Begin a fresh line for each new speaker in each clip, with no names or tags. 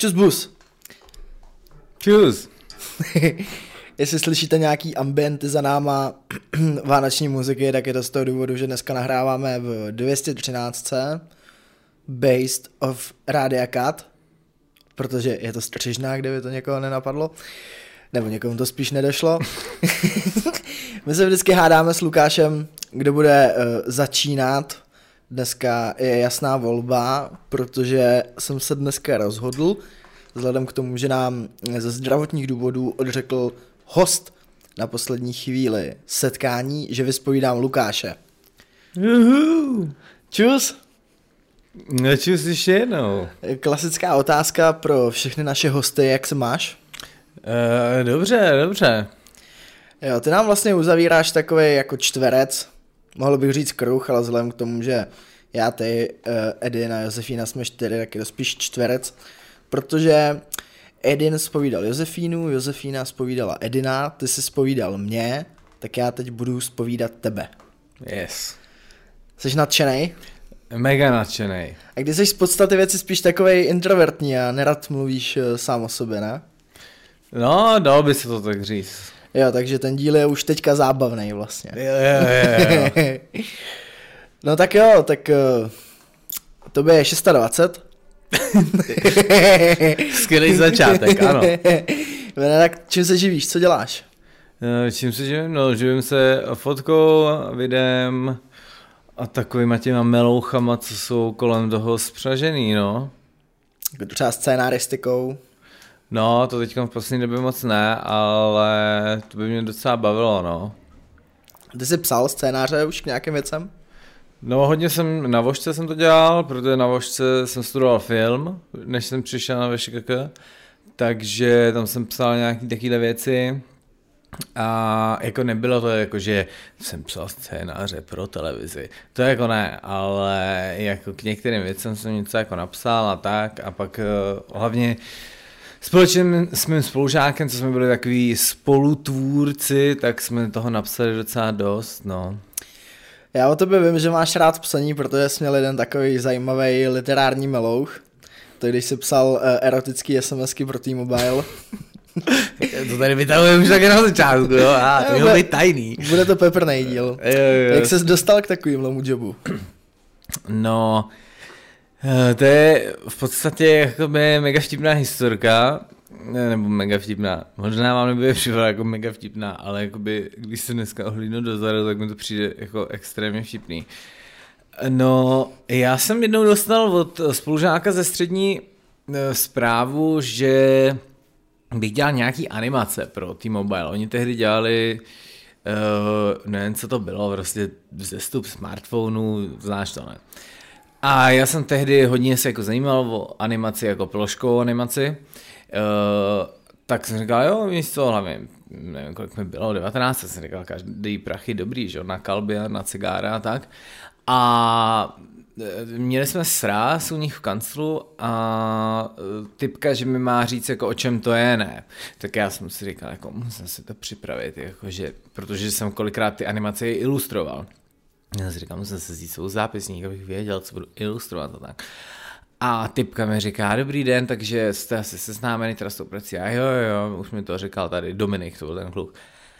Čus bus.
Čus.
Jestli slyšíte nějaký ambienty za náma vánoční muziky, tak je to z toho důvodu, že dneska nahráváme v 213. Based of Rádia Kat, protože je to střižná, kdyby to někoho nenapadlo, nebo někomu to spíš nedošlo. My se vždycky hádáme s Lukášem, kdo bude začínat. Dneska je jasná volba, protože jsem se dneska rozhodl, vzhledem k tomu, že nám ze zdravotních důvodů odřekl host na poslední chvíli setkání, že vyspovídám Lukáše. Čus.
No čus ještě jednou.
Klasická otázka pro všechny naše hosty, jak se máš?
Dobře.
Jo, ty nám vlastně uzavíráš takový jako čtverec, mohl bych říct kruh, ale vzhledem k tomu, že já, ty, Edin a Josefína jsme 4, tak je to spíš čtverec, protože Edin zpovídal Josefínu, Josefína zpovídala Edina, ty jsi zpovídal mě, tak já teď budu zpovídat tebe.
Yes.
Jsi nadšenej?
Mega nadšenej.
A když jsi z podstaty věci spíš takovej introvertní a nerad mluvíš sám o sobě, ne?
No, dalo by se to tak říct.
Jo, takže ten díl je už teďka zábavnej vlastně.
Jo.
No tak jo, tak tobě je 26.
Skvělý začátek, ano.
Tak čím se živíš, co děláš?
Čím se živím? No, živím se fotkou, videem a takovýma těma melouchama, co jsou kolem toho spřažený, no.
Třeba scénaristikou.
No, to teďka v poslední době moc ne, ale to by mě docela bavilo, no.
Ty jsi psal scénáře už k nějakým věcem?
No, hodně na Vožce jsem to dělal, protože na Vožce jsem studoval film, než jsem přišel na VŠKK, takže tam jsem psal nějaké takové věci a jako nebylo to jako, že jsem psal scénáře pro televizi, to jako ne, ale jako k některým věcem jsem něco jako napsal a tak a pak hlavně společně s mým spolužákem, co jsme byli takový spolutvůrci, tak jsme toho napsali docela dost, no.
Já o tobě vím, že máš rád psaní, protože jsi měl jeden takový zajímavý literární melouch. To když jsi psal erotický SMSky pro T-Mobile.
To tady vytahujeme už taky na začátku, jo? To mělo být tajný.
Bude to peprnej díl.
Jo.
Jak ses dostal k takovýmhlemu jobu?
No, to je v podstatě jakoby mega vtipná historka, nebo mega vtipná, možná vám nebude připadat jako mega vtipná, ale jakoby, když se dneska ohlídnu dozadu, tak mi to přijde jako extrémně vtipný. No, já jsem jednou dostal od spolužáka ze střední zprávu, že bych dělal nějaký animace pro T-Mobile. Oni tehdy dělali, nevím co to bylo, prostě vzestup smartphonů, znáš to, ne? A já jsem tehdy hodně se jako zajímal o animaci, jako ploškovou animaci, tak jsem říkal, jo, víš co, hlavně, nevím, kolik mi bylo, 19, jsem říkal, každý prachy dobrý, že na kalbě, na cigára a tak. A měli jsme sraz u nich v kanclu a typka, že mi má říct, jako o čem to je, ne. Tak já jsem si říkal, jako musím si to připravit, jakože, protože jsem kolikrát ty animace ilustroval. Já si říkám, musím se vzít svou zápisník, abych věděl, co budu ilustrovat a tak. A typka mi říká, dobrý den, takže jste asi seznámený teda s tou prací. A jo, už mi to říkal tady Dominik, to byl ten kluk.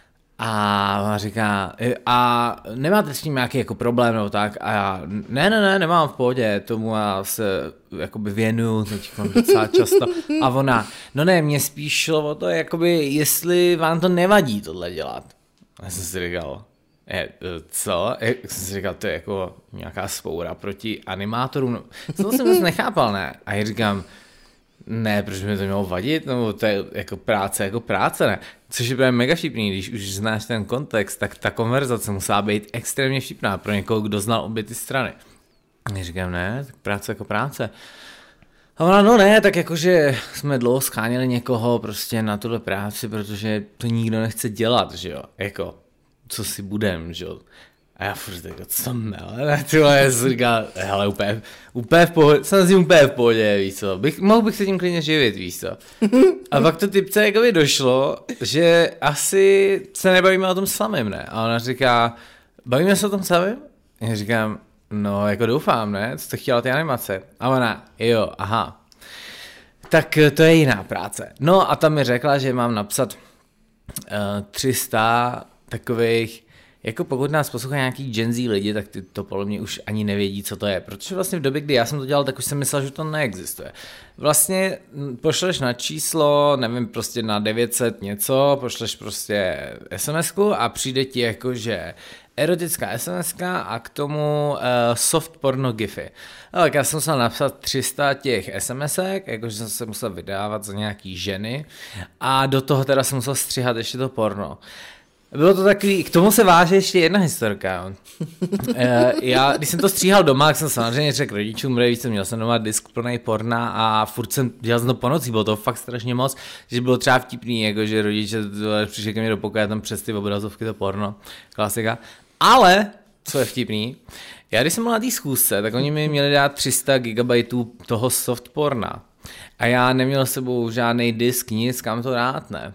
A on říká, a nemáte s tím nějaký jako problém nebo tak? A já, ne, nemám v pohodě, tomu já se jakoby věnuju teď docela často. A ona, no ne, mě spíš šlo o to, jakoby, jestli vám to nevadí tohle dělat. A já jsem si říkal, co? Já jsem si říkal, to je jako nějaká spoura proti animátorům. Co to jsem vůbec nechápal, ne? A já říkám, ne, proč mi to mělo vadit, nebo to je jako práce, ne? Což je právě mega vtipný, když už znáš ten kontext, tak ta konverzace musela být extrémně vtipná pro někoho, kdo znal obě ty strany. A já říkám, ne, tak práce jako práce. A ona, no ne, tak jakože jsme dlouho scháněli někoho prostě na tuhle práci, protože to nikdo nechce dělat, že jo, jako, co si budem, že jo. A já furt říkám, co mele, tyhle, já jsem říkal, hele, úplně v pohodě, jsem úplně v pohodě, víš co, mohl bych se tím klidně živit, víš co. A pak to typce jakoby došlo, že asi se nebavíme o tom samým, ne? A ona říká, bavíme se o tom samým? Já říkám, no, jako doufám, ne? Co jste chtěla ty animace? A ona, jo, aha. tak to je jiná práce. No a tam mi řekla, že mám napsat 300 takových, jako pokud nás poslouchají nějaký Gen Z lidi, tak ty to podle mě už ani nevědí, co to je, protože vlastně v době, kdy já jsem to dělal, tak už jsem myslel, že to neexistuje. Vlastně pošleš na číslo, nevím, prostě na 900 něco, pošleš prostě SMS-ku a přijde ti jakože erotická SMS-ka a k tomu soft porno gify. Tak já jsem musel napsat 300 těch SMS-ek, jakože jsem se musel vydávat za nějaký ženy a do toho teda jsem musel stříhat ještě to porno. Bylo to takový, k tomu se váže ještě jedna historka. Já, když jsem to stříhal doma, tak jsem samozřejmě řekl rodičům, měl jsem doma disk plný porna a furt jsem dělal to po noci, bylo to fakt strašně moc, že bylo třeba vtipný, jakože rodiče přišli ke mně do pokoje, tam přes ty obrazovky to porno, klasika. Ale, co je vtipný, já když jsem byl na té schůzce, tak oni mi měli dát 300 GB toho soft porna. A já neměl s sebou žádný disk, nic, kam to dát, ne.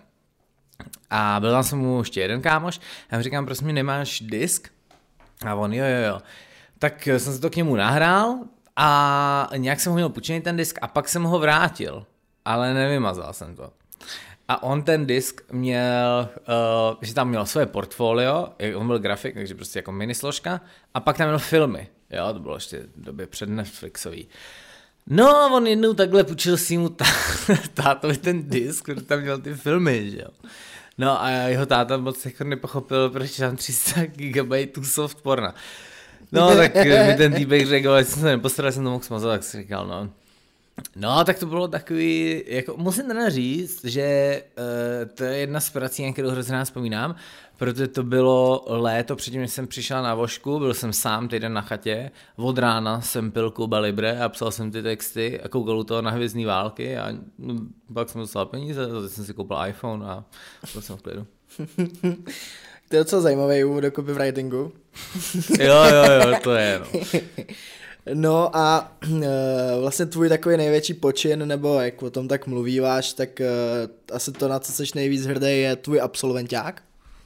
A byl tam se mu ještě jeden kámoš, já mu říkám, prosím, nemáš disk? A on, jo. Tak jsem se to k němu nahrál a nějak jsem ho měl půjčený ten disk a pak jsem ho vrátil, ale nevymazal jsem to. A on ten disk měl, že tam měl své portfolio, on byl grafik, takže prostě jako minisložka, a pak tam měl filmy, jo, to bylo ještě v době před Netflixový. No, on jednou takhle půjčil svýmu tátovi ten disk, který tam měl ty filmy, že jo. No a jeho táta moc jako nepochopil, proč tam 300 GB soft porna. No, tak mi ten týpek řekl, že jsem se nepostaral, jsem to mohl smazat, tak si říkal, no. No, tak to bylo takový, jako musím teda říct, že to je jedna z prací, na kterou hrozně vzpomínám, protože to bylo léto předtím, než jsem přišel na Vošku, byl jsem sám týden na chatě, od rána jsem pil Cuba Libre a psal jsem ty texty a koukal u toho na Hvězdný války a pak jsem dostal peníze, teď jsem si koupil iPhone a byl jsem v klidu.
To je docela zajímavý úvod do copywritingu.
Jo, to je, no.
No a vlastně tvůj takový největší počin, nebo jak o tom tak mluvíváš, tak asi to, na co jsi nejvíc hrdý, je tvůj absolventák?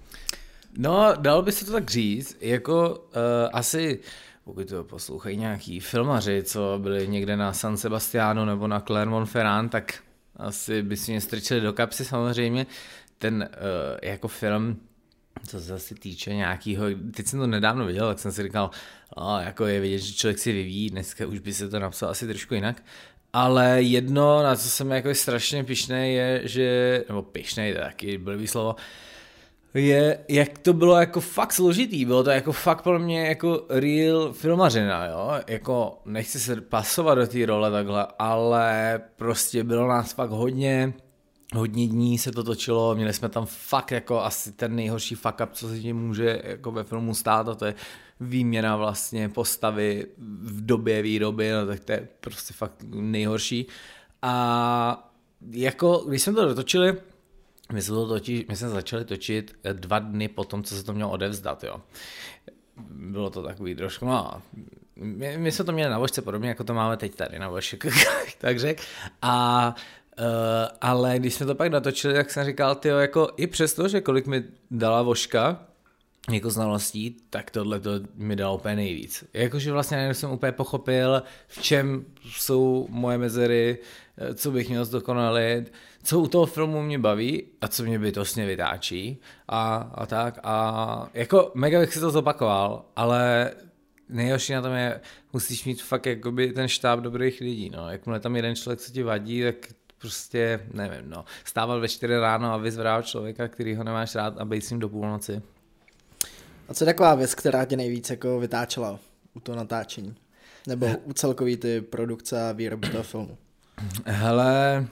No, dalo by se to tak říct, jako asi, pokud to poslouchají nějaký filmaři, co byli někde na San Sebastianu nebo na Clermont-Ferrand, tak asi by si mě strčili do kapsy samozřejmě. Ten jako film, co se asi týče nějakýho, teď jsem to nedávno viděl, tak jsem si říkal, jako je vidět, že člověk si vyvíjí, dneska už by se to napsal asi trošku jinak, ale jedno, na co jsem jako strašně pyšnej, je, že, nebo pyšnej, to je taky blbý slovo, je, jak to bylo jako fakt složitý, bylo to jako fakt pro mě jako real filmařina, jo, jako nechci se pasovat do té role takhle, ale prostě bylo nás fakt hodně dní se to točilo, měli jsme tam fakt jako asi ten nejhorší fuck up, co se tím může jako ve filmu stát, a to je výměna vlastně postavy v době výroby, no tak to je prostě fakt nejhorší. A jako, když jsme to dotočili, my jsme začali točit 2 dny po tom, co se to mělo odevzdat, jo. Bylo to takový trošku, no, my jsme to měli na Vožce podobně, jako to máme teď tady na Vožek, tak řek. Ale když jsme to pak natočili, tak jsem říkal, tyjo, jako i přesto, že kolik mi dala Vožka jako znalostí, tak tohle to mi dalo úplně nejvíc. Jakože vlastně jsem úplně pochopil, v čem jsou moje mezery, co bych měl zdokonalit, co u toho filmu mě baví a co mě bytostně vytáčí a tak. A jako mega bych si to zopakoval, ale nejhorší na tom je, musíš mít fakt jakoby ten štáb dobrých lidí, no. Jakmile tam jeden člověk, co ti vadí, tak prostě, nevím, no, stávat ve 4 ráno a vyzvedávat člověka, který ho nemáš rád a být s ním do půlnoci.
A co je taková věc, která tě nejvíc jako vytáčela u toho natáčení? Nebo u celkový ty produkce a výroby toho filmu?
Hele,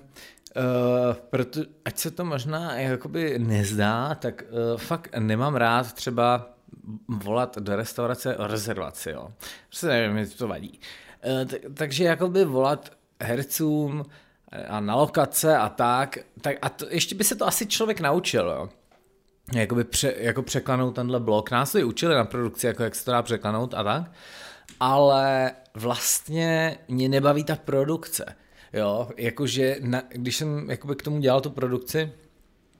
ať se to možná jakoby nezdá, tak fakt nemám rád třeba volat do restaurace o rezervaci, jo. Prostě nevím, mi to vadí. Takže jakoby volat hercům a na lokace a tak a to, ještě by se to asi člověk naučil, jo. Jakoby jako překlanout tenhle blok. Nás to i učili na produkci, jako jak se to dá překlanout a tak, ale vlastně mě nebaví ta produkce, jo, jakože když jsem jakoby k tomu dělal tu produkci,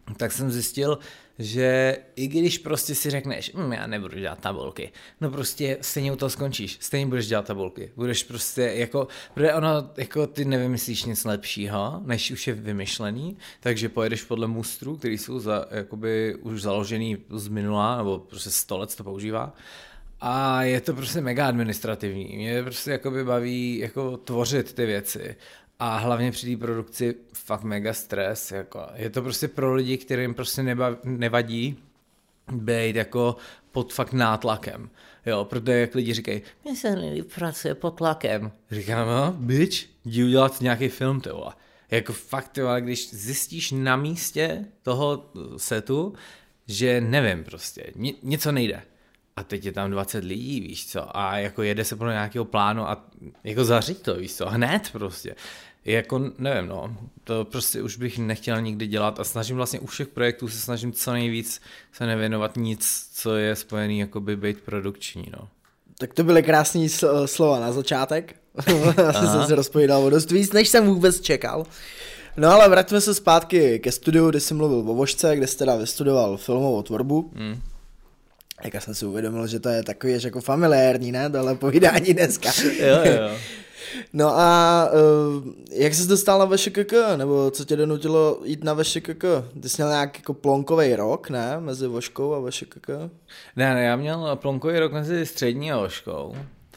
tak jsem zjistil, že i když prostě si řekneš, já nebudu dělat tabulky, no prostě stejně u toho skončíš, stejně budeš dělat tabulky, budeš prostě jako, protože ono, jako ty nevymyslíš nic lepšího, než už je vymyšlený, takže pojedeš podle mustrů, který jsou jakoby už založený z minula, nebo prostě 100 let to používá. A je to prostě mega administrativní. Mě prostě jakoby baví jako tvořit ty věci. A hlavně při té produkci fakt mega stres. Jako. Je to prostě pro lidi, kterým prostě nevadí být jako pod fakt nátlakem. Jo, protože jak lidi říkají, mě se nelíbí pracuje pod tlakem. Říkám, no, bitch, jdi udělat nějaký film, ty vole. Jako fakt, ty vole, když zjistíš na místě toho setu, že nevím prostě, něco nejde. A teď je tam 20 lidí, víš co, a jako jede se podle nějakého plánu a jako zařiď to, víš co, hned prostě. Jako nevím, no, to prostě už bych nechtěl nikdy dělat a snažím vlastně u všech projektů se snažím co nejvíc se nevěnovat nic, co je spojený jakoby být produkční, no.
Tak to byly krásný slova na začátek. Asi jsem se rozpovídal o dost víc, než jsem vůbec čekal. No ale vraťme se zpátky ke studiu, kde jsi mluvil o Vožce, kde jsi teda vystudoval filmovou tvorbu. Tak já jsem si uvědomil, že to je takový jako familiární, ne, tohle povídání dneska.
jo.
No a jak jsi dostal na VŠKK, nebo co tě donutilo jít na VŠKK? Ty jsi měl nějaký jako plonkovej rok, ne, mezi Vožkou a VŠKK?
Ne, já měl plonkový rok mezi střední a Vožkou.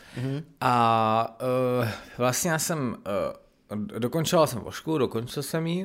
A vlastně já jsem, dokončil jsem ji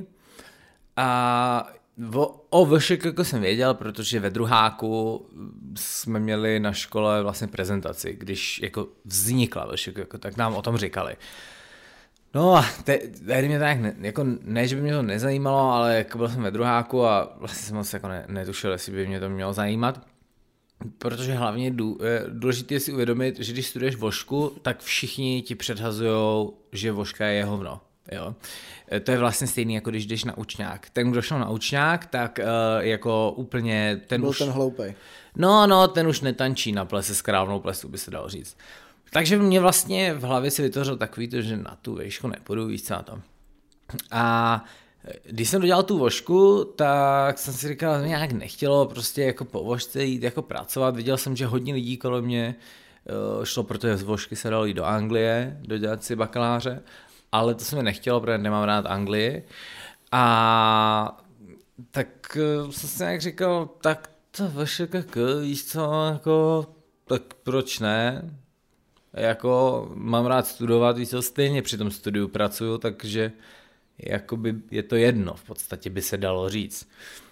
a o VŠKK jsem věděl, protože ve druháku jsme měli na škole vlastně prezentaci, když jako vznikla VŠKK, tak nám o tom říkali. No a tehdy mě to jako ne, že by mě to nezajímalo, ale jako byl jsem ve druháku a vlastně jsem moc jako netušil, jestli by mě to mělo zajímat. Protože hlavně důležité je si uvědomit, že když studuješ Vožku, tak všichni ti předhazujou, že Vožka je hovno. Jo. To je vlastně stejný, jako když jdeš na učňák. Ten, kdo šel na učňák, tak jako úplně...
Byl ten hloupej.
No, ten už netančí na plese s krávnou plesu, by se dalo říct. Takže mě vlastně v hlavě si vytvořil takový to, že na tu výšku nepůjdu, víc na to. A když jsem dodělal tu Vožku, tak jsem si říkal, že mě nějak nechtělo prostě jako po Vožce jít jako pracovat. Viděl jsem, že hodně lidí kolem mě šlo, protože z Vožky se dalo jít do Anglie, dodělat si bakaláře. Ale to se mi nechtělo, protože nemám rád Anglii. A tak jsem si nějak říkal, tak to VŠKK, víš co, jako, tak proč ne? Jako mám rád studovat, víš co, stejně při tom studiu pracuju, takže jakoby je to jedno, v podstatě by se dalo říct.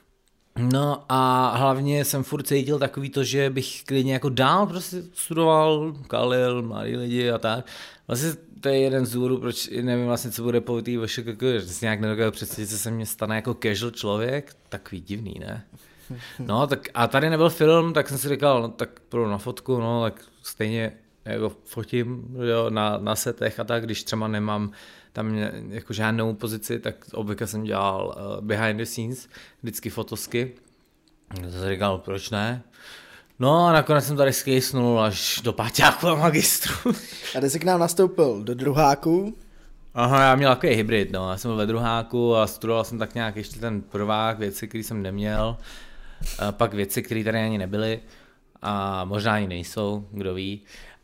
No a hlavně jsem furt cítil takový to, že bych klidně jako dál prostě studoval, kalil, mladí lidi a tak. Vlastně to je jeden z důvodů, proč nevím vlastně, co bude po té VŠKK, že si nějak nedokážu představit, co se mě stane jako casual člověk, takový divný, ne? No tak a tady nebyl film, tak jsem si říkal, no tak půjdu na fotku, no tak stejně jako fotím jo, na setech a tak, když třeba nemám tam jako žádnou pozici, tak obvykle jsem dělal behind the scenes, vždycky fotosky. To jsem říkal, proč ne? No a nakonec jsem tady skejsnul až do páťáku a magistru.
A ty jsi k nám nastoupil do druháku?
Aha, já měl takový hybrid, no. Já jsem byl ve druháku a studoval jsem tak nějak ještě ten prvák, věci, které jsem neměl. A pak věci, které tady ani nebyly. A možná ani nejsou, kdo ví.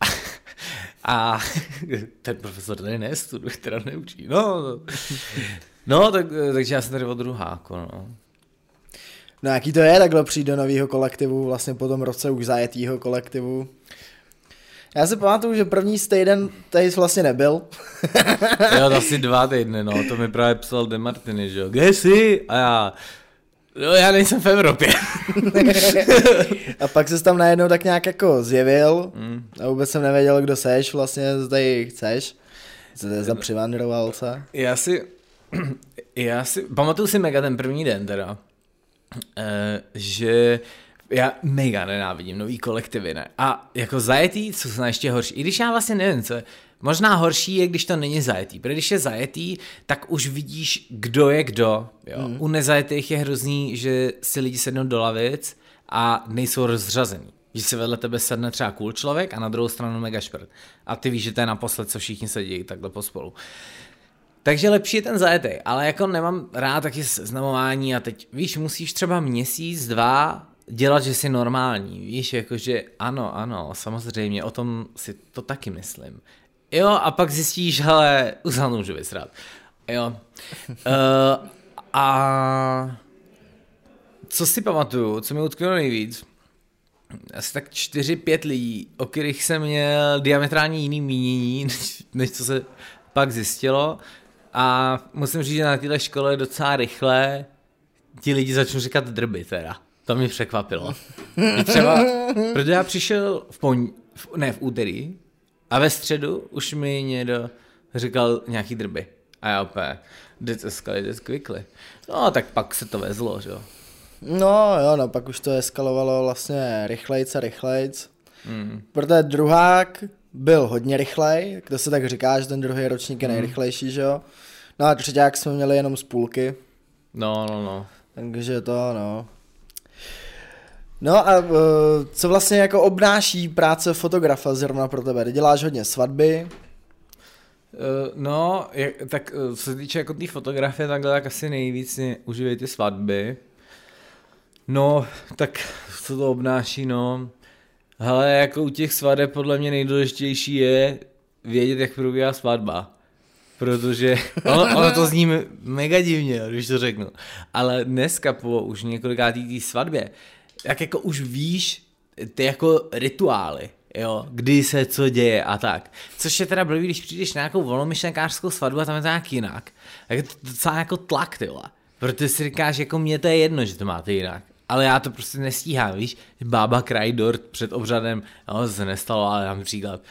A ten profesor tady nestuduje, teda neučí. No takže já jsem tady od druháku, no.
No jaký to je takhle přijít do nového kolektivu, vlastně po tom roce už zajetýho kolektivu? Já si pamatuju, že první týden tady vlastně nebyl.
Jo, to asi 2 týdny, no, to mi právě psal Demartini, že jo, kde jsi? A já nejsem v Evropě.
A pak ses tam najednou tak nějak jako zjevil a vůbec jsem nevěděl, kdo seš, vlastně tady chceš. Co to je za přivandrovalce?
Já si pamatuju si mega ten první den teda, že já mega nenávidím nový kolektivy, ne? A jako zajetý, co se ještě horší, i když já vlastně nevím, co je, možná horší je, když to není zajetý, protože když je zajetý, tak už vidíš, kdo je kdo, jo. U nezajetých je hrozný, že si lidi sednou do lavic a nejsou rozřazený. Že si vedle tebe sedne třeba cool člověk a na druhou stranu mega šprt. A ty víš, že to je naposled, co všichni sedí takhle pospolu. Takže lepší je ten zajetej, ale jako nemám rád taky seznamování a teď, víš, musíš třeba měsíc, 2 dělat, že jsi normální, víš, jakože ano, samozřejmě, o tom si to taky myslím. Jo, a pak zjistíš, hele, už se můžu vysrat. Jo. A co si pamatuju, co mi utkvělo nejvíc, asi tak 4-5 lidí, o kterých jsem měl diametrálně jiný mínění, než co se pak zjistilo. A musím říct, že na této škole docela rychle ti lidi začnou říkat drby teda. To mě překvapilo. Třeba, protože já přišel v úterý a ve středu už mi někdo říkal nějaký drby. A já opět, that's escalated quickly. No, tak pak se to vezlo, že jo.
No jo, no pak už to eskalovalo vlastně rychlejc. Protože druhák byl hodně rychlej, kdo se tak říká, že ten druhý ročník je nejrychlejší, že jo. No a třeťák jsme měli jenom z půlky.
No.
Takže to, no. No a co vlastně jako obnáší práce fotografa zrovna pro tebe? Ty děláš hodně svatby?
No, tak co se týče jako té fotografie, tak asi nejvíc užívají ty svatby. No, tak co to obnáší, no. Hele, jako u těch svadeb podle mě nejdůležitější je vědět, jak probíhá svatba. Protože ono to zní mega divně, když to řeknu. Ale dneska po už několikátý té svatbě, tak jako už víš ty jako rituály, jo, kdy se co děje a tak. Což je teda blbý, když přijdeš na nějakou volnomyšlenkářskou svatbu a tam je to nějak jinak. Tak je to docela jako tlak, tyhle. Protože si říkáš, jako mně to je jedno, že to máte jinak. Ale já to prostě nestíhám, víš, bába krají dort před obřadem, no, to se nestalo, ale dám příklad.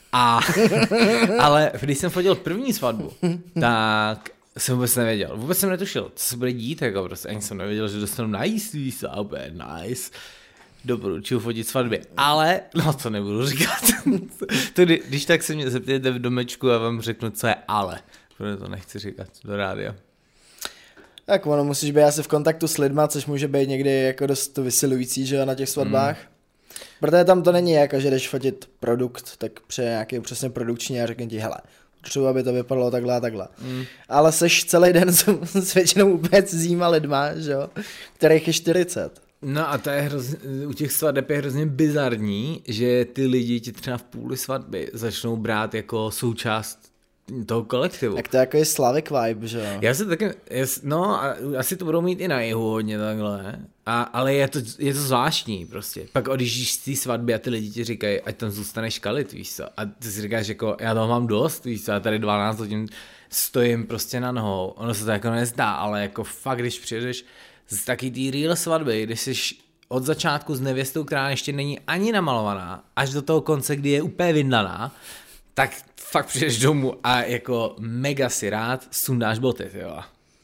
Ale když jsem fotil první svatbu, tak jsem vůbec nevěděl. Vůbec jsem netušil, co se bude dít, jako prostě ani jsem nevěděl, že dostanu najíst, víš, a opět nice. Doporučuji fotit svatby, ale, no to nebudu říkat. To, když tak se mě zeptejte v domečku a vám řeknu, co je ale. Protože to nechci říkat do rádia.
Tak ono musíš být asi v kontaktu s lidma, což může být někdy jako dost vysilující, že jo, na těch svatbách. Protože tam to není jako, že jdeš fotit produkt, tak přeje nějaký přesně produkční a řekne ti, hele, potřebuji, aby to vypadalo takhle a takhle. Ale seš celý den s většinou úplně cizíma lidma, že jo, kterých je 40.
No a to je u těch svateb je hrozně bizarní, že ty lidi ti třeba v půli svatby začnou brát jako součást toho kolektivu.
Tak to jako je Slavic vibe, že jo?
Já se taky, no a asi to budou mít i na jihu hodně takhle, ale je to zvláštní prostě. Pak odjíždíš z té svatby a ty lidi ti říkají, ať tam zůstaneš kalit, víš co. A ty si říkáš jako, já toho mám dost, víš co, já tady 12 hodin stojím prostě na nohou. Ono se to jako nezdá, ale jako fakt, když přijedeš z taky té real svatby, když jsi od začátku s nevěstou, která ještě není ani namalovaná, až do toho konce, kdy je úplně vyndaná, tak fakt přijdeš domů a jako mega si rád sundáš boty, jo.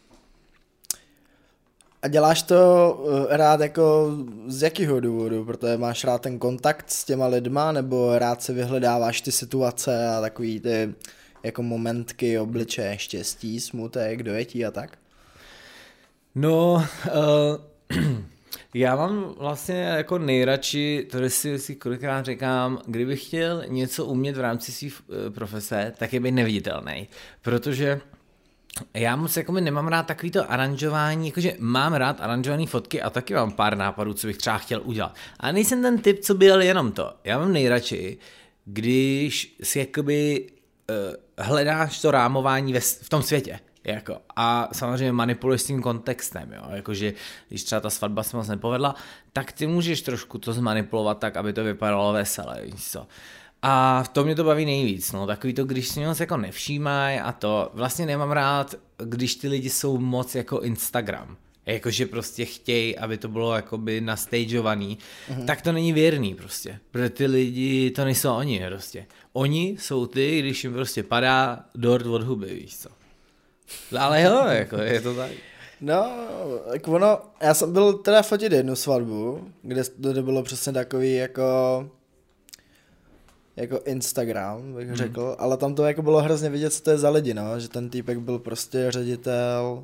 A děláš to rád jako z jakého důvodu? Protože máš rád ten kontakt s těma lidma, nebo rád si vyhledáváš ty situace a takový ty jako momentky, obličeje, štěstí, smutek, dojetí a tak?
No, já mám vlastně jako nejradši, to si kolikrát říkám, kdybych chtěl něco umět v rámci své profese, tak je být neviditelný, protože já moc jako nemám rád takový to aranžování, jakože mám rád aranžované fotky a taky mám pár nápadů, co bych třeba chtěl udělat. A nejsem ten typ, co byl jenom to. Já mám nejradši, když si jakoby hledáš to rámování v tom světě. Jako, a samozřejmě manipuluješ s tím kontextem, jo? Jakože když třeba ta svatba se moc nepovedla, tak ty můžeš trošku to zmanipulovat tak, aby to vypadalo veselé, víš co. A v tom mě to baví nejvíc, no, takový to, když si moc jako nevšímají a to, vlastně nemám rád, když ty lidi jsou moc jako Instagram, jakože prostě chtějí, aby to bylo jakoby nastageovaný, tak to není věrný prostě, protože ty lidi, to nejsou oni prostě. Oni jsou ty, když jim prostě padá dort od huby, víš co. Ale jo, jako je to tak.
No, jako ono, já jsem byl teda fotit jednu svatbu, kde to bylo přesně takový jako Instagram, bych řekl, ale tam to jako bylo hrozně vidět, co to je za lidi, no, že ten týpek byl prostě ředitel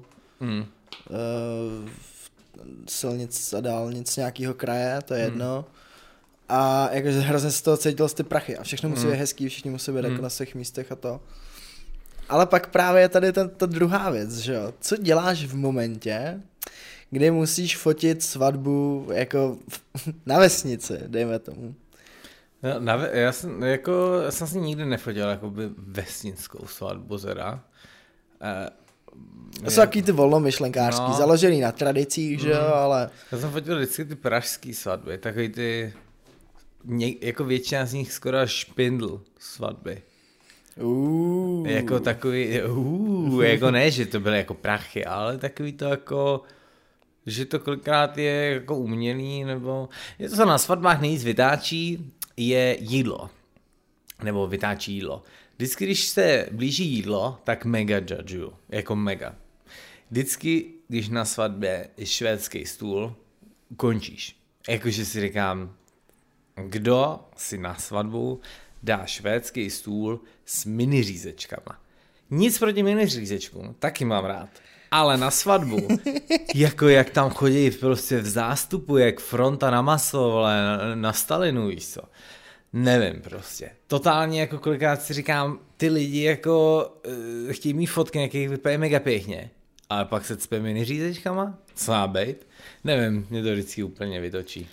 silnic a dálnic nějakého kraje, to je jedno. A jakože hrozně se toho cítil z ty prachy a všechno musí být hezký, všichni musí být jako na svých místech a to. Ale pak právě je tady ta druhá věc, že jo. Co děláš v momentě, kdy musíš fotit svatbu jako na vesnici, dejme tomu.
No, já jsem si nikdy nefotil jakoby vesnickou svatbu teda.
To jsou takový ty volnomyšlenkářský, založený na tradicích, že jo, ale...
Já jsem fotil vždycky ty pražský svatby, takový ty, jako většina z nich skoro až špindl svatby. Jako takový, jako ne, že to byly jako prachy, ale takový to jako, že to kolikrát je jako umělý, nebo je to, co na svatbách nejvíc vytáčí, je jídlo, nebo vytáčí jídlo. Vždycky, když se blíží jídlo, tak mega judgeu, jako mega. Vždycky, když na svatbě je švédský stůl, končíš. Jakože si říkám, kdo si na svatbu dá švédský stůl s mini řízečkama. Nic proti mini řízečkům, taky mám rád. Ale na svatbu, jako jak tam chodí prostě v zástupu, jak fronta na maso, vole, na Stalinu, víš co. Nevím prostě. Totálně jako kolikrát si říkám, ty lidi jako chtějí mít fotky, jakých vypadají mega pěkně. Ale pak se cpe mini řízečkama? Co má být? Nevím, mě to vždycky úplně vytočí.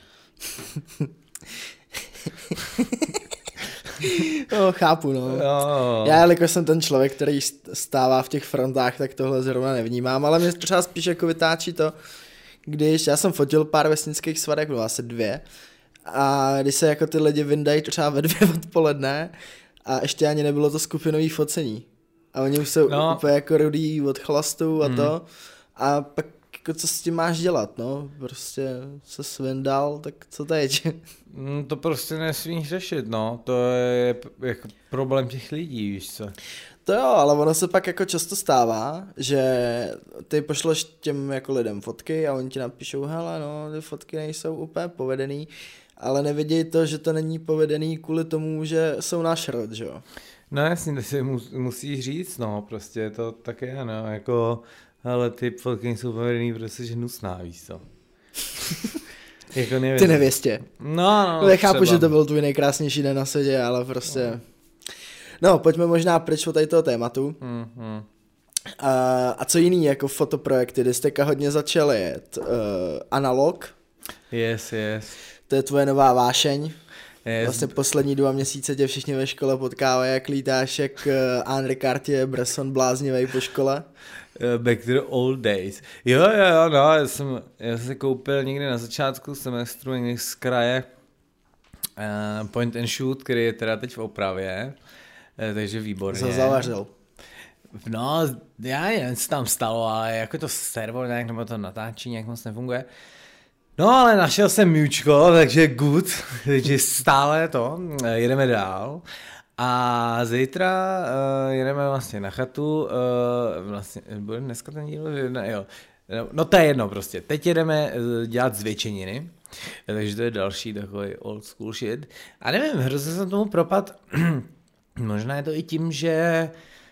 No, chápu, no. Já, jelikož jsem ten člověk, který stává v těch frontách, tak tohle zrovna nevnímám, ale mě třeba spíš jako vytáčí to, když já jsem fotil pár vesnických svadeb, no asi 2, a když se jako ty lidi vyndají třeba ve 2 odpoledne a ještě ani nebylo to skupinový focení. A oni už jsou úplně jako rudý od chlastu a to. A pak jako co s tím máš dělat, no? Prostě se svindal, tak co teď?
To prostě nesmíš řešit, no. To je jako problém těch lidí, víš co.
To jo, ale ono se pak jako často stává, že ty pošleš těm jako lidem fotky a oni ti napíšou, hele, no, ty fotky nejsou úplně povedený, ale nevědějí to, že to není povedený kvůli tomu, že jsou náš rod, že jo.
No jasně, to si musíš říct, no, prostě to tak je, no, jako, ale ty fotky nejsou povedený, protože hnusná, víš co. Jako
ty nevěstě.
No,
chápu, že to byl tvůj nejkrásnější den na světě, ale prostě... No, pojďme možná pryč od tady toho tématu. A co jiný jako fotoprojekty, kdy jste hodně začali jet? Analog?
Yes.
To je tvoje nová vášeň?
Yes.
Vlastně poslední 2 měsíce tě všichni ve škole potkávají, jak lítáš, jak Henri Cartier Bresson bláznivej po škole.
Back to the old days. Jo, no, já jsem si koupil někdy na začátku semestru někdy z kraje Point and Shoot, který je teda teď v opravě, takže výborně.
Co zavařil?
No, já nevím, co tam stalo, ale jako to servo nějak, nebo to natáčení nějak moc nefunguje. No, ale našel jsem mňučko, takže good, takže stále to, jedeme dál. A zítra jedeme vlastně na chatu, vlastně, bude dneska ten díl? Jo. No to je jedno prostě, teď jedeme dělat zvětšeniny, takže to je další takový old school shit. A nevím, hrozně jsem tomu propad, možná je to i tím, že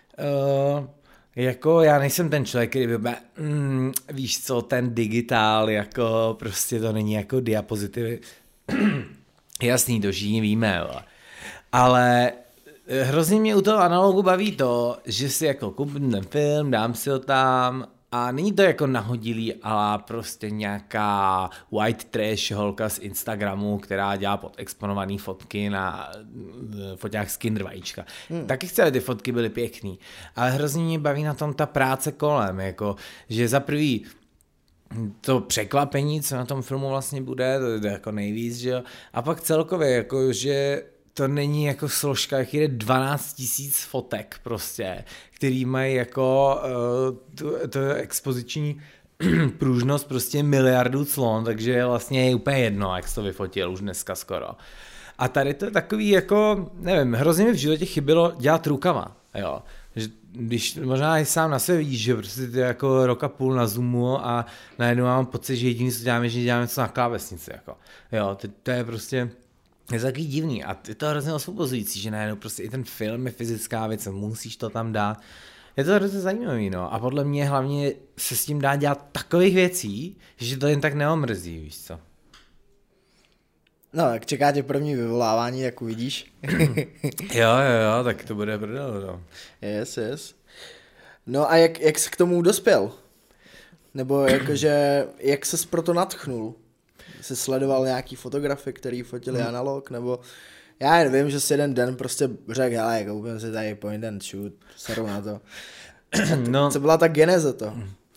jako já nejsem ten člověk, který by byl, víš co, ten digitál, jako prostě to není jako diapozitivy, jasný, to všichni víme, ale hrozně mě u toho analogu baví to, že si jako koupím ten film, dám si ho tam a není to jako nahodilý, ale prostě nějaká white trash holka z Instagramu, která dělá podexponovaný fotky na foťák z Kinder vajíčka. Taky chci, aby ty fotky byly pěkný, ale hrozně mě baví na tom ta práce kolem, jako, že za prvý to překvapení, co na tom filmu vlastně bude, to je jako nejvíc, že jo, a pak celkově, jako, že to není jako složka, jak jde 12 000 fotek prostě, který mají jako to expoziční pružnost prostě miliardu clon, takže vlastně je úplně jedno, jak jsi to vyfotil už dneska skoro. A tady to je takový jako, nevím, hrozně mi v životě chybilo dělat rukama, jo. Že když možná i sám na sebe vidíš, že prostě to je jako rok a půl na Zoomu a najednou mám pocit, že jediný, co děláme, že děláme něco na klávesnici, jako. Jo, to je prostě... Je to takový divný a je to hrozně osvobozující, že najednou prostě i ten film je fyzická věc, musíš to tam dát. Je to hrozně zajímavý, no. A podle mě hlavně se s tím dá dělat takových věcí, že to jen tak neomrzí, víš co.
No, jak čeká tě první vyvolávání, jak uvidíš.
Jo, tak to bude prdel, no.
Yes. No a jak jsi k tomu dospěl? Nebo jakože, jak ses proto nadchnul? Jsi sledoval nějaký fotografy, který fotili analog, nebo já nevím, že jsi jeden den prostě řekl, hele, koupím si tady point and shoot, seru na to. Co byla ta geneze to?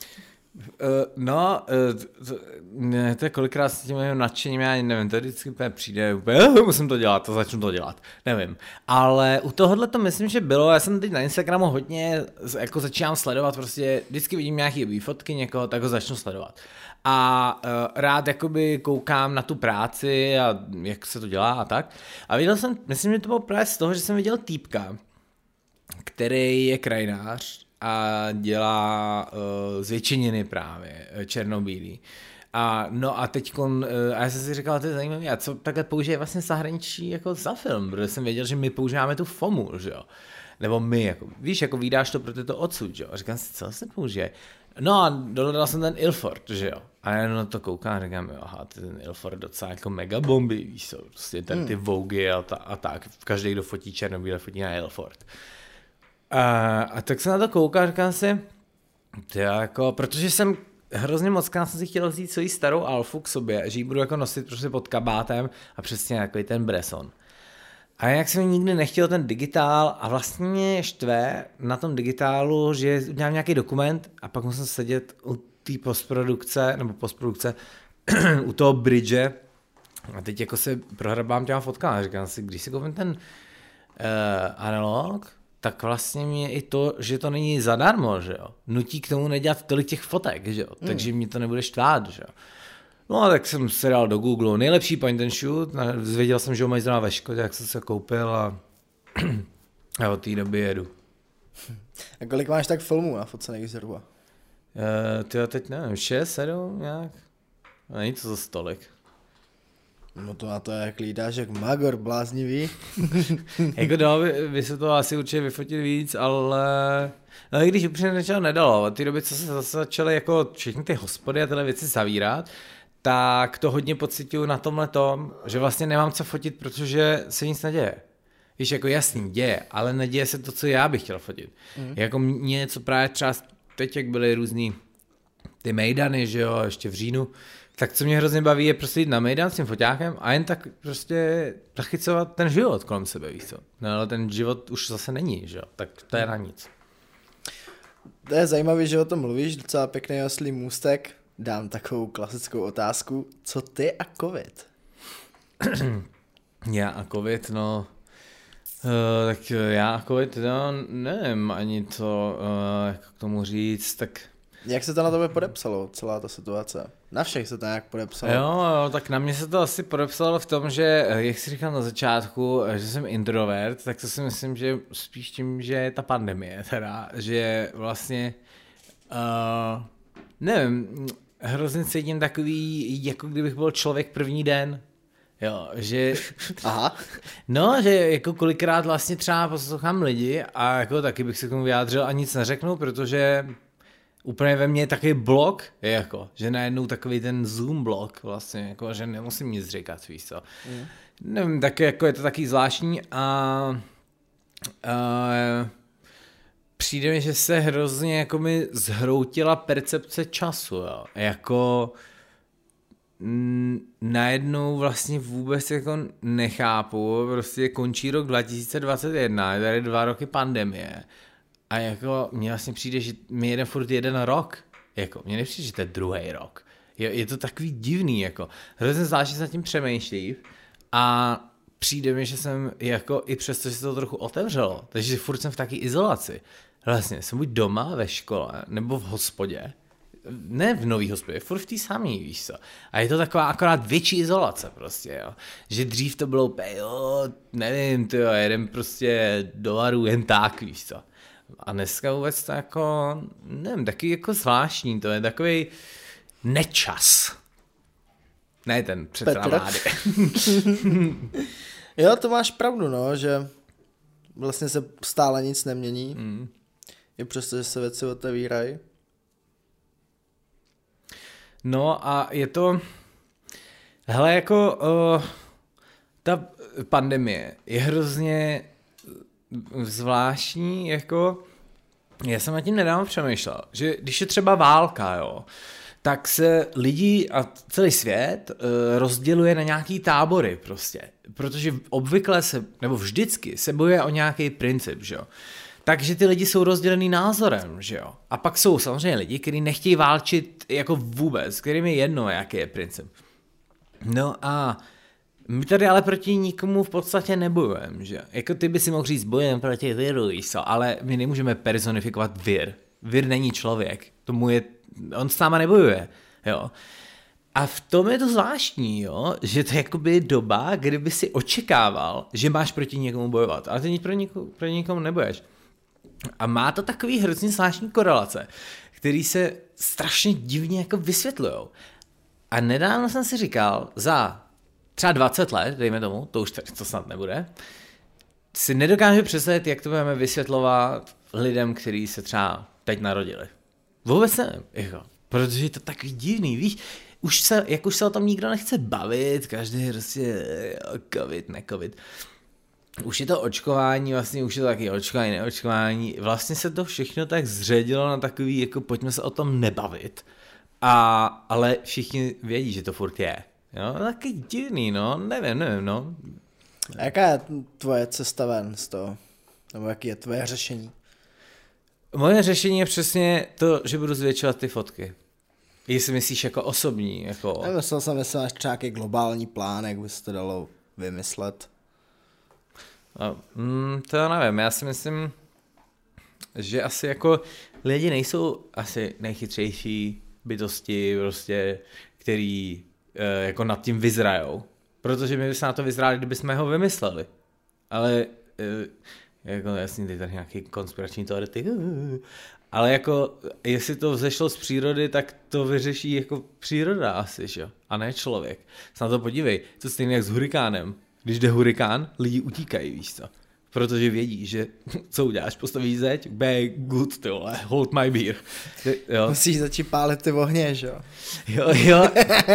To je kolikrát s tím mým nadšením, já nevím, to vždycky přijde úplně, musím to dělat, to začnu to dělat, nevím. Ale u tohohle to myslím, že bylo, já jsem teď na Instagramu hodně, jako začínám sledovat, prostě vždycky vidím nějaký fotky někoho, tak ho začnu sledovat. A rád jakoby koukám na tu práci a jak se to dělá a tak. A viděl jsem, myslím, že to bylo právě z toho, že jsem viděl týpka, který je krajinář, a dělá zvětšeniny právě, černobílý. A teďkon, a já jsem si říkal, to je zajímavé, a co takhle použije vlastně zahraničí jako za film, protože jsem věděl, že my používáme tu FOMu, že jo. Nebo my, jako, víš, jako vydáš to, protože to odsud, že jo. A říkám si, co se použije? No a dohledal jsem ten Ilford, že jo. A já na to koukám a říkám, aha, ten Ilford docela jako mega bomby, víš co, prostě tady ty Vogy a tak, každý, kdo fotí černobíle, fotí na Ilford. A tak se na to koukal a říkám si, jako, protože jsem hrozně moc jsem si chtěl vzít svoji starou Alfu k sobě, že ji budu jako nosit prostě pod kabátem a přesně takový ten Bresson. A jak jsem nikdy nechtěl ten digitál a vlastně mě štve na tom digitálu, že udělám nějaký dokument a pak musím sedět u té postprodukce u toho bridge a teď jako se prohrabám těma fotkama a říkám si, když si koupím ten analog, tak vlastně mě i to, že to není zadarmo, že jo, nutí k tomu nedělat tolik těch fotek, že jo, takže mě to nebude štvát, že jo. No a tak jsem se dal do Google, nejlepší point and shoot, zvěděl jsem, že ho mají zrovna ve Škodě, jak jsem se koupil a od té doby jedu.
A kolik máš tak filmů na focených zhruba?
Tyjo, teď nevím, 6, 7 nějak, není to za stolik.
No to na to jak lídáš jak magor bláznivý.
Jako dalo by se to asi určitě vyfotit víc, ale no, i když upřímně řečeno nedalo. Od té doby, co se zase začaly jako všechny ty hospody a tyhle věci zavírat, tak to hodně pocituju na tomhle tom, že vlastně nemám co fotit, protože se nic neděje. Víš, jako jasný, děje, ale neděje se to, co já bych chtěl fotit. Jako mě, co právě třeba teď, jak byly různý ty mejdany, že jo, ještě v říjnu, tak co mě hrozně baví je prostě jít na mejdan s tím foťákem a jen tak prostě zachycovat ten život kolem sebe, víš co. No ale ten život už zase není, že jo, tak to je na nic.
To je zajímavé, že o tom mluvíš, docela pěkný oslý můstek. Dám takovou klasickou otázku. Co ty a covid?
Já a covid, no... tak já a covid, no nevím ani to, jak k tomu říct, tak...
Jak se to na tebe podepsalo, celá ta situace? Na všech se to nějak podepsalo?
Jo, tak na mě se to asi podepsalo v tom, že, jak jsi říkal na začátku, že jsem introvert, tak to si myslím, že spíš tím, že je ta pandemie, teda, že vlastně, nevím, hrozně cítím takový, jako kdybych byl člověk první den. Jo, že...
Aha.
No, že jako kolikrát vlastně třeba poslouchám lidi a jako taky bych se k tomu vyjádřil a nic neřeknu, protože úplně ve mně je takový blok, jako, že najednou takový ten Zoom blok vlastně, jako, že nemusím nic říkat, víš co. Nevím, tak jako je to taky zvláštní a přijde mi, že se hrozně jako mi zhroutila percepce času, jo. Jako najednou vlastně vůbec jako nechápu, prostě končí rok 2021, je tady 2 roky pandemie a jako mně vlastně přijde, že mi jede furt jeden rok, jako mně nepřijde, že to je druhý rok, je to takový divný, jako hrozně zvláštně se tím přemýšlím a přijde mi, že jsem jako i přesto, že se to trochu otevřelo, takže furt jsem v taky izolaci, vlastně jsem buď doma ve škole nebo v hospodě, ne v nový hospodě, furt v té samý, víš co. A je to taková akorát větší izolace prostě, jo. Že dřív to bylo úplně, jo, nevím, tyjo, jedem prostě do baru jen tak, víš co. A dneska vůbec to jako, nevím, taky jako zvláštní, to je takový nečas. Ne ten předseda vlády.
Jo, to máš pravdu, no, že vlastně se stále nic nemění. I přesto, že se věci otevírají.
No a je to, hele, jako ta pandemie je hrozně zvláštní, jako já jsem nad tím nedávno přemýšlel, že když je třeba válka, jo, tak se lidi a celý svět rozděluje na nějaký tábory prostě, protože obvykle se, nebo vždycky se bojuje o nějaký princip, že jo. Takže ty lidi jsou rozdělený názorem, že jo. A pak jsou samozřejmě lidi, kteří nechtějí válčit jako vůbec, kterým je jedno, jaký je princip. No a my tady ale proti nikomu v podstatě nebojujeme, že? Jako ty by si mohl říct bojem proti viru, ale my nemůžeme personifikovat vir. Vir není člověk, on s náma nebojuje, jo. A v tom je to zvláštní, jo, že to je jakoby doba, kdyby si očekával, že máš proti někomu bojovat, ale ty nic proti někomu neboješ. A má to takový hrozně zvláštní korelace, který se strašně divně jako vysvětlujou. A nedávno jsem si říkal, za třeba 20 let, dejme tomu, to už to snad nebude, si nedokážu představit, jak to budeme vysvětlovat lidem, kteří se třeba teď narodili. Vůbec nevím, jako, protože je to takový divný, víš, už se o tom nikdo nechce bavit, každý prostě covid, necovid. Už je to očkování, vlastně už je to taky očkování, neočkování, vlastně se to všechno tak zředilo na takový, jako pojďme se o tom nebavit, ale všichni vědí, že to furt je. Jo, taky divný, no, nevím, no.
A jaká je tvoje cesta ven z toho? Nebo jaký je tvoje řešení?
Moje řešení je přesně to, že budu zvětšovat ty fotky. Jestli myslíš jako osobní, jako...
Myslel jsem, jestli máš třeba nějaký globální plán, jak by se to dalo vymyslet.
No, to já nevím, já si myslím, že asi jako lidi nejsou asi nejchytřejší bytosti, prostě, který jako nad tím vyzrajou. Protože my bychom na to vyzráli, kdybychom ho vymysleli. Ale jako jasně, ty tady nějaký konspirační teorety, ale jako jestli to vzešlo z přírody, tak to vyřeší jako příroda asi, že? A ne člověk. Se na to podívej, to stejně jak s hurikánem. Když jde hurikán, lidi utíkají, víš co? Protože vědí, že co uděláš, postavíš zeď, be good, ty vole, hold my beer.
Jo. Musíš začít pálit ty ohně, že jo?
Jo.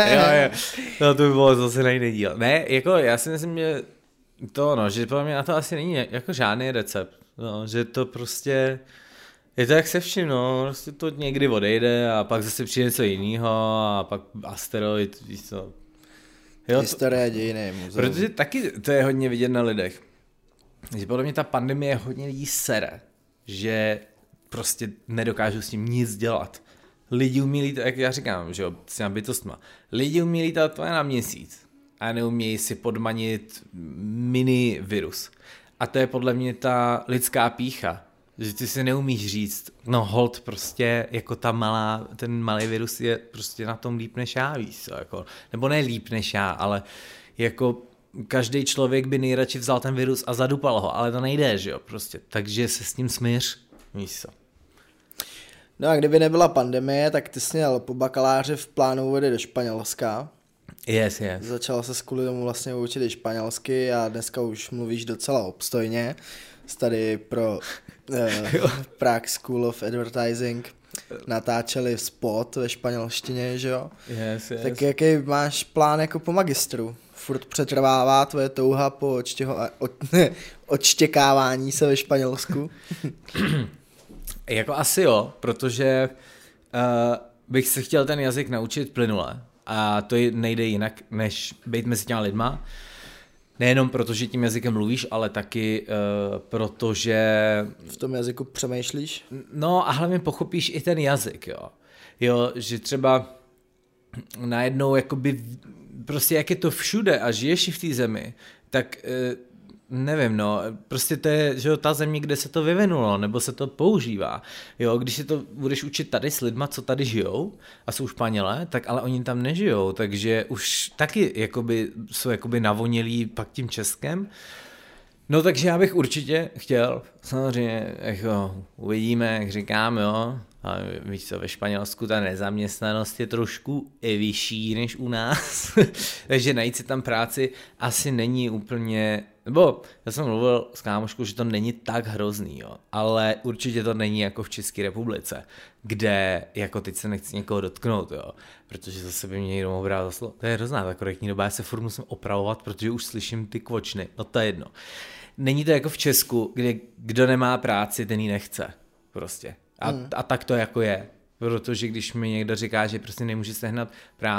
No to by bylo zase nejde díl. Ne, jako já si myslím, že že podle mě na to asi není jako žádný recept. No, že to prostě, je to jak se vším, no, prostě to někdy odejde a pak zase přijde něco jiného a pak asteroid, víš co. Jo,
historie dějiny, muzeum.
Protože taky to je hodně vidět na lidech. Že podle mě ta pandemie hodně lidí sere, že prostě nedokážu s tím nic dělat. Lidi umí lítat, jak já říkám, že jo, s těma bytostma. Lidi umí lítat na měsíc a neumějí si podmanit mini virus. A to je podle mě ta lidská pýcha. Že ty si neumíš říct, no hold prostě jako ten malý virus je prostě na tom líp než já, víš co, jako, nebo ne líp než já, ale jako každý člověk by nejradši vzal ten virus a zadupal ho, ale to nejde, že jo, prostě, takže se s ním smíř, víš co.
No a kdyby nebyla pandemie, tak ty jsi měl po bakaláře v plánu odejít do Španělska.
Yes.
Začala se kvůli tomu vlastně učit i španělsky a dneska už mluvíš docela obstojně. Jsi tady pro Prague School of Advertising natáčeli spot ve španělštině, že jo?
Yes.
Tak jaký máš plán jako po magistru? Furt přetrvává tvoje touha po odštěkávání se ve Španělsku?
Jako asi jo, protože bych se chtěl ten jazyk naučit plynule. A to nejde jinak, než být mezi těma lidma. Nejenom proto, že tím jazykem mluvíš, ale taky protože...
V tom jazyku přemýšlíš?
No a hlavně pochopíš i ten jazyk, jo. Jo, že třeba najednou jakoby prostě jak je to všude a žiješ v té zemi, tak nevím, no, prostě to je, že jo, ta země, kde se to vyvinulo, nebo se to používá. Jo, když si to budeš učit tady s lidma, co tady žijou a jsou Španělé, tak ale oni tam nežijou, takže už taky jakoby, jsou jakoby navonělí pak tím Českem. No takže já bych určitě chtěl, samozřejmě, jako uvidíme, jak říkám, jo, a víš co, ve Španělsku ta nezaměstnanost je trošku vyšší než u nás, takže najít si tam práci asi není úplně Nebo já jsem mluvil s kámoškou, že to není tak hrozný, jo, ale určitě to není jako v České republice, kde jako teď se nechci někoho dotknout, jo, protože zase by mě někdo mohl brát za slovo. To je hrozná ta korektní doba, já se furt musím opravovat, protože už slyším ty kvočny, no to je jedno. Není to jako v Česku, kde kdo nemá práci, ten ji nechce, prostě. A tak to jako je, protože když mi někdo říká, že prostě nemůže sehnat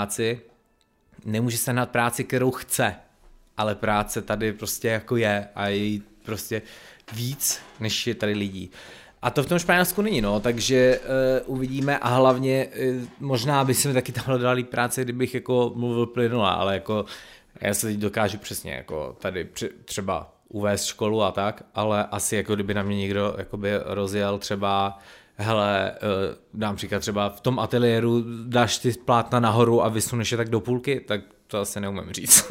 práci, kterou chce, ale práce tady prostě jako je a je prostě víc, než je tady lidí. A to v tom Španělsku není, no, takže uvidíme a hlavně možná by se mi taky tam hledala líp práce, kdybych jako mluvil plynule, ale jako já se teď dokážu přesně jako tady třeba uvést školu a tak, ale asi jako kdyby na mě někdo jakoby rozjel třeba hele, dám příklad třeba v tom ateliéru dáš ty plátna nahoru a vysuneš je tak do půlky, tak to asi neumím říct.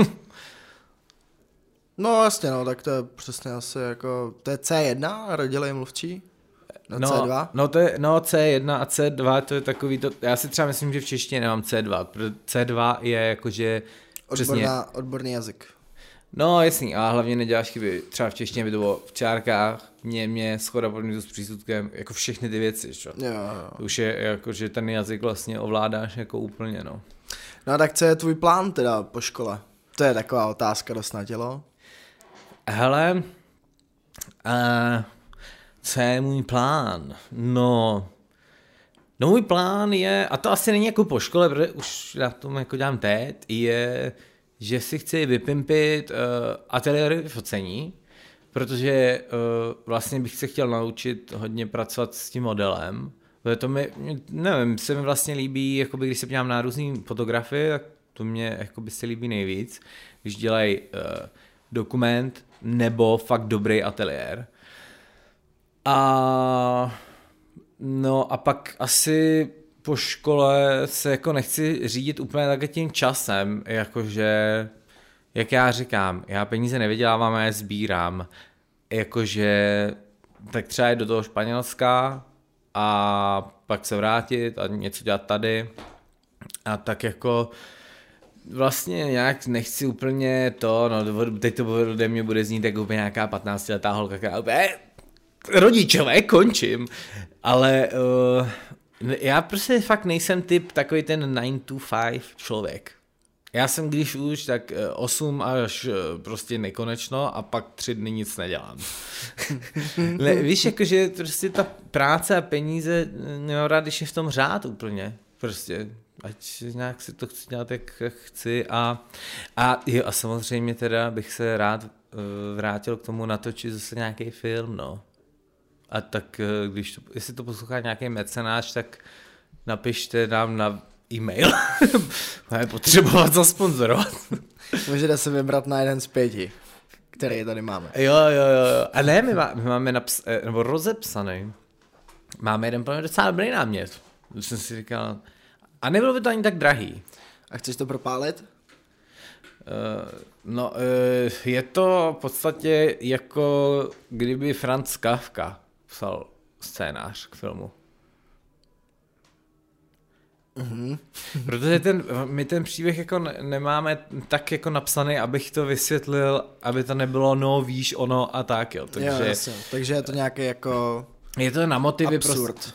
No jasně, no, tak to je přesně asi jako, to je C1, rodilej mluvčí? No C2?
No C1 a C2 to je takový to, já si třeba myslím, že v češtině nemám C2, protože C2 je jakože přesně...
Odborný jazyk.
No jasný, a hlavně neděláš chyby, třeba v češtině by to bylo v čárkách, mě schoda podmítu s přísudkem, jako všechny ty věci, čo?
Jo.
Už je jako, že ten jazyk vlastně ovládáš jako úplně, no.
No a tak co je tvůj plán teda po škole? To je taková otázka dost na tělo.
Hele, co je můj plán? No můj plán je, a to asi není jako po škole, protože už já to jako dělám teď, je, že si chci vypimpit ateliéry focení, protože vlastně bych se chtěl naučit hodně pracovat s tím modelem. To nevím, se mi vlastně líbí, jakoby, když se podívám na různý fotografie, tak to mě jakoby se líbí nejvíc, když dělají dokument nebo fakt dobrý ateliér. No a pak asi po škole se jako nechci řídit úplně takhle tím časem, jakože, jak já říkám, já peníze nevydělávám, já je sbírám, jakože tak třeba jít do toho Španělska a pak se vrátit a něco dělat tady a tak jako vlastně nějak nechci úplně to, no teď to ode mě bude znít jako úplně nějaká 15letá holka, která úplně rodičové, končím, ale já prostě fakt nejsem typ takový ten 9 to 5 člověk. Já jsem když už, tak 8 až prostě nekonečno a pak 3 dny nic nedělám. Víš, jakože prostě ta práce a peníze, nemám rád, když je v tom řád úplně. Prostě, ať nějak si to chci dělat, jak chci a samozřejmě teda bych se rád vrátil k tomu natočit zase nějaký film, no. A tak jestli to poslouchá nějaký mecenáš, tak napište nám na e-mail. Máme potřebovat zasponzorovat.
Můžete se vybrat na jeden z 5, který tady máme.
Jo. A ne, my máme nebo rozepsaný. Máme jeden plně docela dobrý námět. To jsem si říkal. A nebylo by to ani tak drahý.
A chceš to propálit?
Je to v podstatě jako kdyby Franz Kafka psal scénář k filmu.
Mm-hmm.
Protože my ten příběh jako nemáme tak jako napsaný, abych to vysvětlil, aby to nebylo no, víš, ono a tak, jo.
Takže je to nějaký jako...
Je to na motivy
absurd.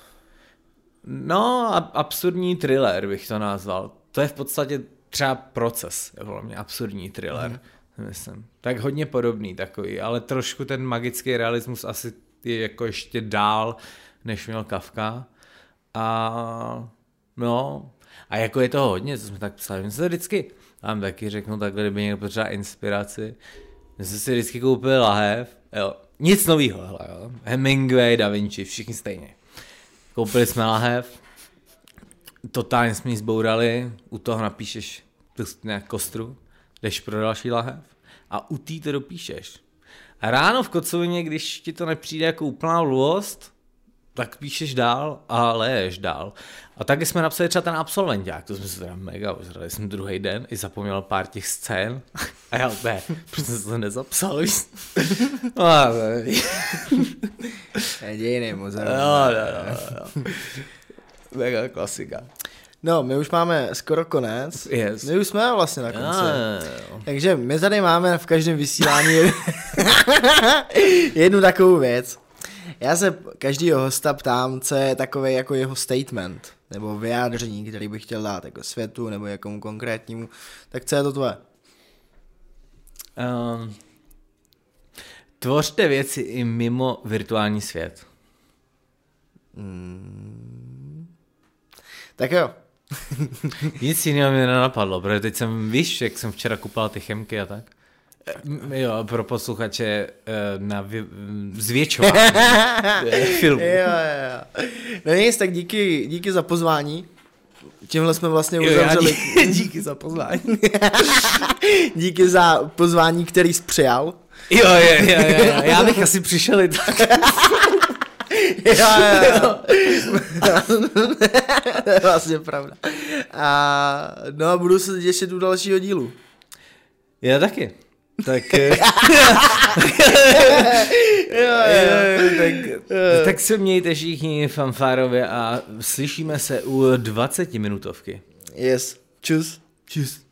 Absurdní thriller bych to nazval. To je v podstatě třeba Proces, je podle mě absurdní thriller, myslím. Tak hodně podobný takový, ale trošku ten magický realismus asi je jako ještě dál, než měl Kafka. A jako je toho hodně, co jsme tak psali. My se to vždycky, vám taky řeknu takhle, kdyby někdo potřeba inspiraci. My jsme si vždycky koupili lahev, jo, nic novýho, jo. Hemingway, Da Vinci, všichni stejně. Koupili jsme lahev, totálně jsme ji zbourali, u toho napíšeš nějak kostru, jdeš pro další lahev a u té to dopíšeš. A ráno v kocovině, když ti to nepřijde jako úplná lůvost, tak píšeš dál a leješ dál. A taky jsme napsali třeba ten absolventák, to jsme se teda mega užrali, jsem druhý den i zapomněl pár těch scén a já proč jsem se to nezapsal, víš?
Dějiny muzeu.
Jo. Mega klasika.
No, my už máme skoro konec.
Yes.
My už jsme vlastně na konci.
Jo.
Takže my tady máme v každém vysílání jednu takovou věc. Já se každýho hosta ptám, co je takový jako jeho statement, nebo vyjádření, který bych chtěl dát jako světu, nebo jakomu konkrétnímu. Tak co je to tvoje?
Tvořte věci i mimo virtuální svět.
Tak jo.
Nic jiného mě nenapadlo, protože teď víš, jak jsem včera kupoval ty chemky a tak. Jo, pro posluchače na zvětšování filmu.
Jo. No nic, tak díky za pozvání. Tímhle jsme vlastně uzavřeli.
Díky za pozvání.
Díky za pozvání, který jsi přijal.
Jo, já bych asi přišel i tak.
Jo. To je vlastně pravda. No a budu se těšit u dalšího dílu.
Já taky. Tak, tak se mějte všichni fanfárově a slyšíme se u 20 minutovky.
Yes. Čus.
Čus.